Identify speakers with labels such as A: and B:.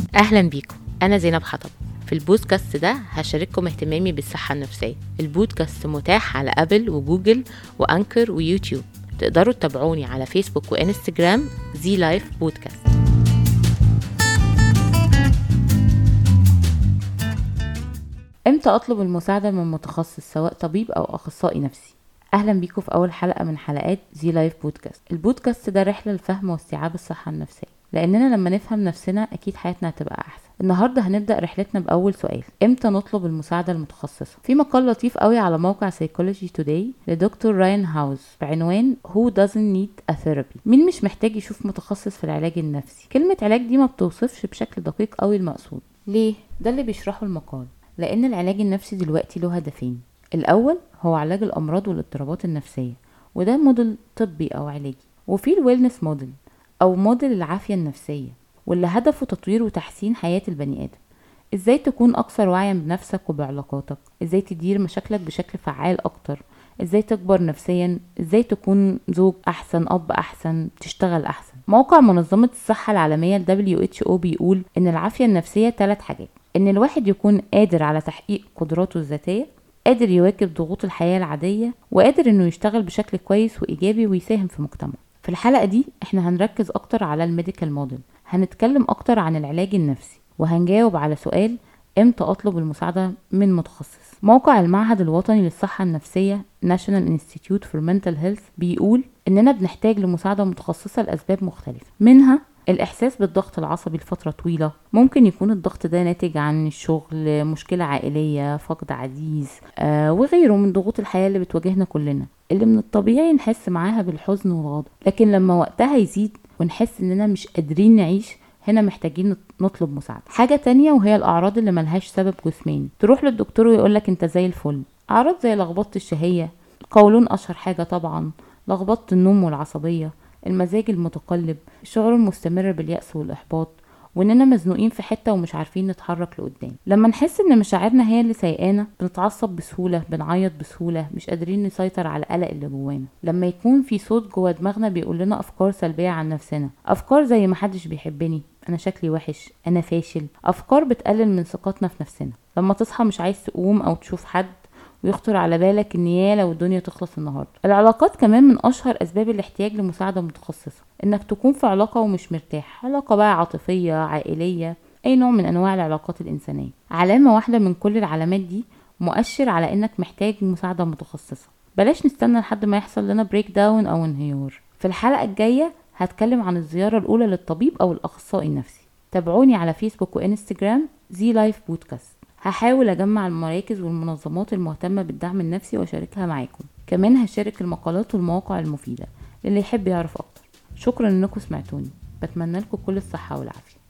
A: أهلا بيكم، أنا زينب حطب. في البودكاست ده هشارككم اهتمامي بالصحة النفسية. البودكاست متاح على أبل وجوجل وأنكر ويوتيوب. تقدروا تتابعوني على فيسبوك وإنستجرام زي لايف بودكاست. امتى أطلب المساعدة من متخصص سواء طبيب أو أخصائي نفسي؟ أهلا بيكم في أول حلقة من حلقات زي لايف بودكاست. البودكاست ده رحلة لفهم واستيعاب الصحة النفسية، لأننا لما نفهم نفسنا أكيد حياتنا هتبقى أحسن. النهاردة هنبدأ رحلتنا بأول سؤال: امتى نطلب المساعدة المتخصصة؟ في مقال لطيف قوي على موقع Psychology Today لدكتور راين هاوز بعنوان Who doesn't need a therapy؟ مين مش محتاج يشوف متخصص في العلاج النفسي؟ كلمة علاج دي ما بتوصفش بشكل دقيق قوي المقصود. ليه؟ ده اللي بيشرحه المقال. لأن العلاج النفسي دلوقتي له هدفين. الأول هو علاج الأمراض والاضطرابات النفسية، وده موديل طبي أو علاجي. وفي الويلنس موديل أو موديل العافية النفسية، واللي هدفه تطوير وتحسين حياة البني آدم. ازاي تكون أكثر وعيا بنفسك وبعلاقاتك، ازاي تدير مشاكلك بشكل فعال أكتر، ازاي تكبر نفسيا، ازاي تكون زوج أحسن، أب أحسن، تشتغل أحسن. موقع منظمة الصحة العالمية WHO بيقول إن العافية النفسية 3 حاجات: إن الواحد يكون قادر على تحقيق قدراته الذاتية، قادر يواكب ضغوط الحياة العادية، وقادر إنه يشتغل بشكل كويس وإيجابي ويساهم في مجتمعه. في الحلقة دي احنا هنركز أكتر على الميديكال موديل، هنتكلم أكتر عن العلاج النفسي، وهنجاوب على سؤال: امتى أطلب المساعدة من متخصص؟ موقع المعهد الوطني للصحة النفسية National Institute for Mental Health بيقول إننا بنحتاج لمساعدة متخصصة لأسباب مختلفة، منها الإحساس بالضغط العصبي لفترة طويلة. ممكن يكون الضغط ده ناتج عن الشغل، مشكلة عائلية، فقد عزيز، وغيره من ضغوط الحياة اللي بتواجهنا كلنا، اللي من الطبيعي نحس معاها بالحزن والغضب. لكن لما وقتها يزيد ونحس إننا مش قادرين نعيش، هنا محتاجين نطلب مساعدة. حاجة تانية وهي الأعراض اللي ملهاش سبب جسماني. تروح للدكتور ويقولك انت زي الفل. أعراض زي لخبطة الشهية، القولون أشهر حاجة طبعا، لخبطة النوم والعصبية، المزاج المتقلب، الشعور المستمر باليأس والإحباط، وإننا مزنوقين في حتة ومش عارفين نتحرك لقدام. لما نحس إن مشاعرنا هي اللي سايقانا، بنتعصب بسهولة، بنعيط بسهولة، مش قادرين نسيطر على القلق اللي جوانا. لما يكون في صوت جوا دماغنا بيقول لنا أفكار سلبية عن نفسنا، أفكار زي محدش بيحبني، أنا شكلي وحش، أنا فاشل، أفكار بتقلل من ثقتنا في نفسنا. لما تصحى مش عايز تقوم أو تشوف حد، ويخطر على بالك ان يا لو الدنيا تخلص النهارده. العلاقات كمان من اشهر اسباب الاحتياج لمساعده متخصصه. انك تكون في علاقه ومش مرتاح، علاقه بقى عاطفيه، عائليه، اي نوع من انواع العلاقات الانسانيه. علامه واحده من كل العلامات دي مؤشر على انك محتاج مساعده متخصصه. بلاش نستنى لحد ما يحصل لنا بريك داون او انهيار. في الحلقه الجايه هتكلم عن الزياره الاولى للطبيب او الاخصائي النفسي. تابعوني على فيسبوك وانستجرام زي لايف بودكاست. هحاول اجمع المراكز والمنظمات المهتمة بالدعم النفسي واشاركها معاكم. كمان هشارك المقالات والمواقع المفيدة للي يحب يعرف اكتر. شكرا انكم سمعتوني، بتمنى لكم كل الصحة والعافية.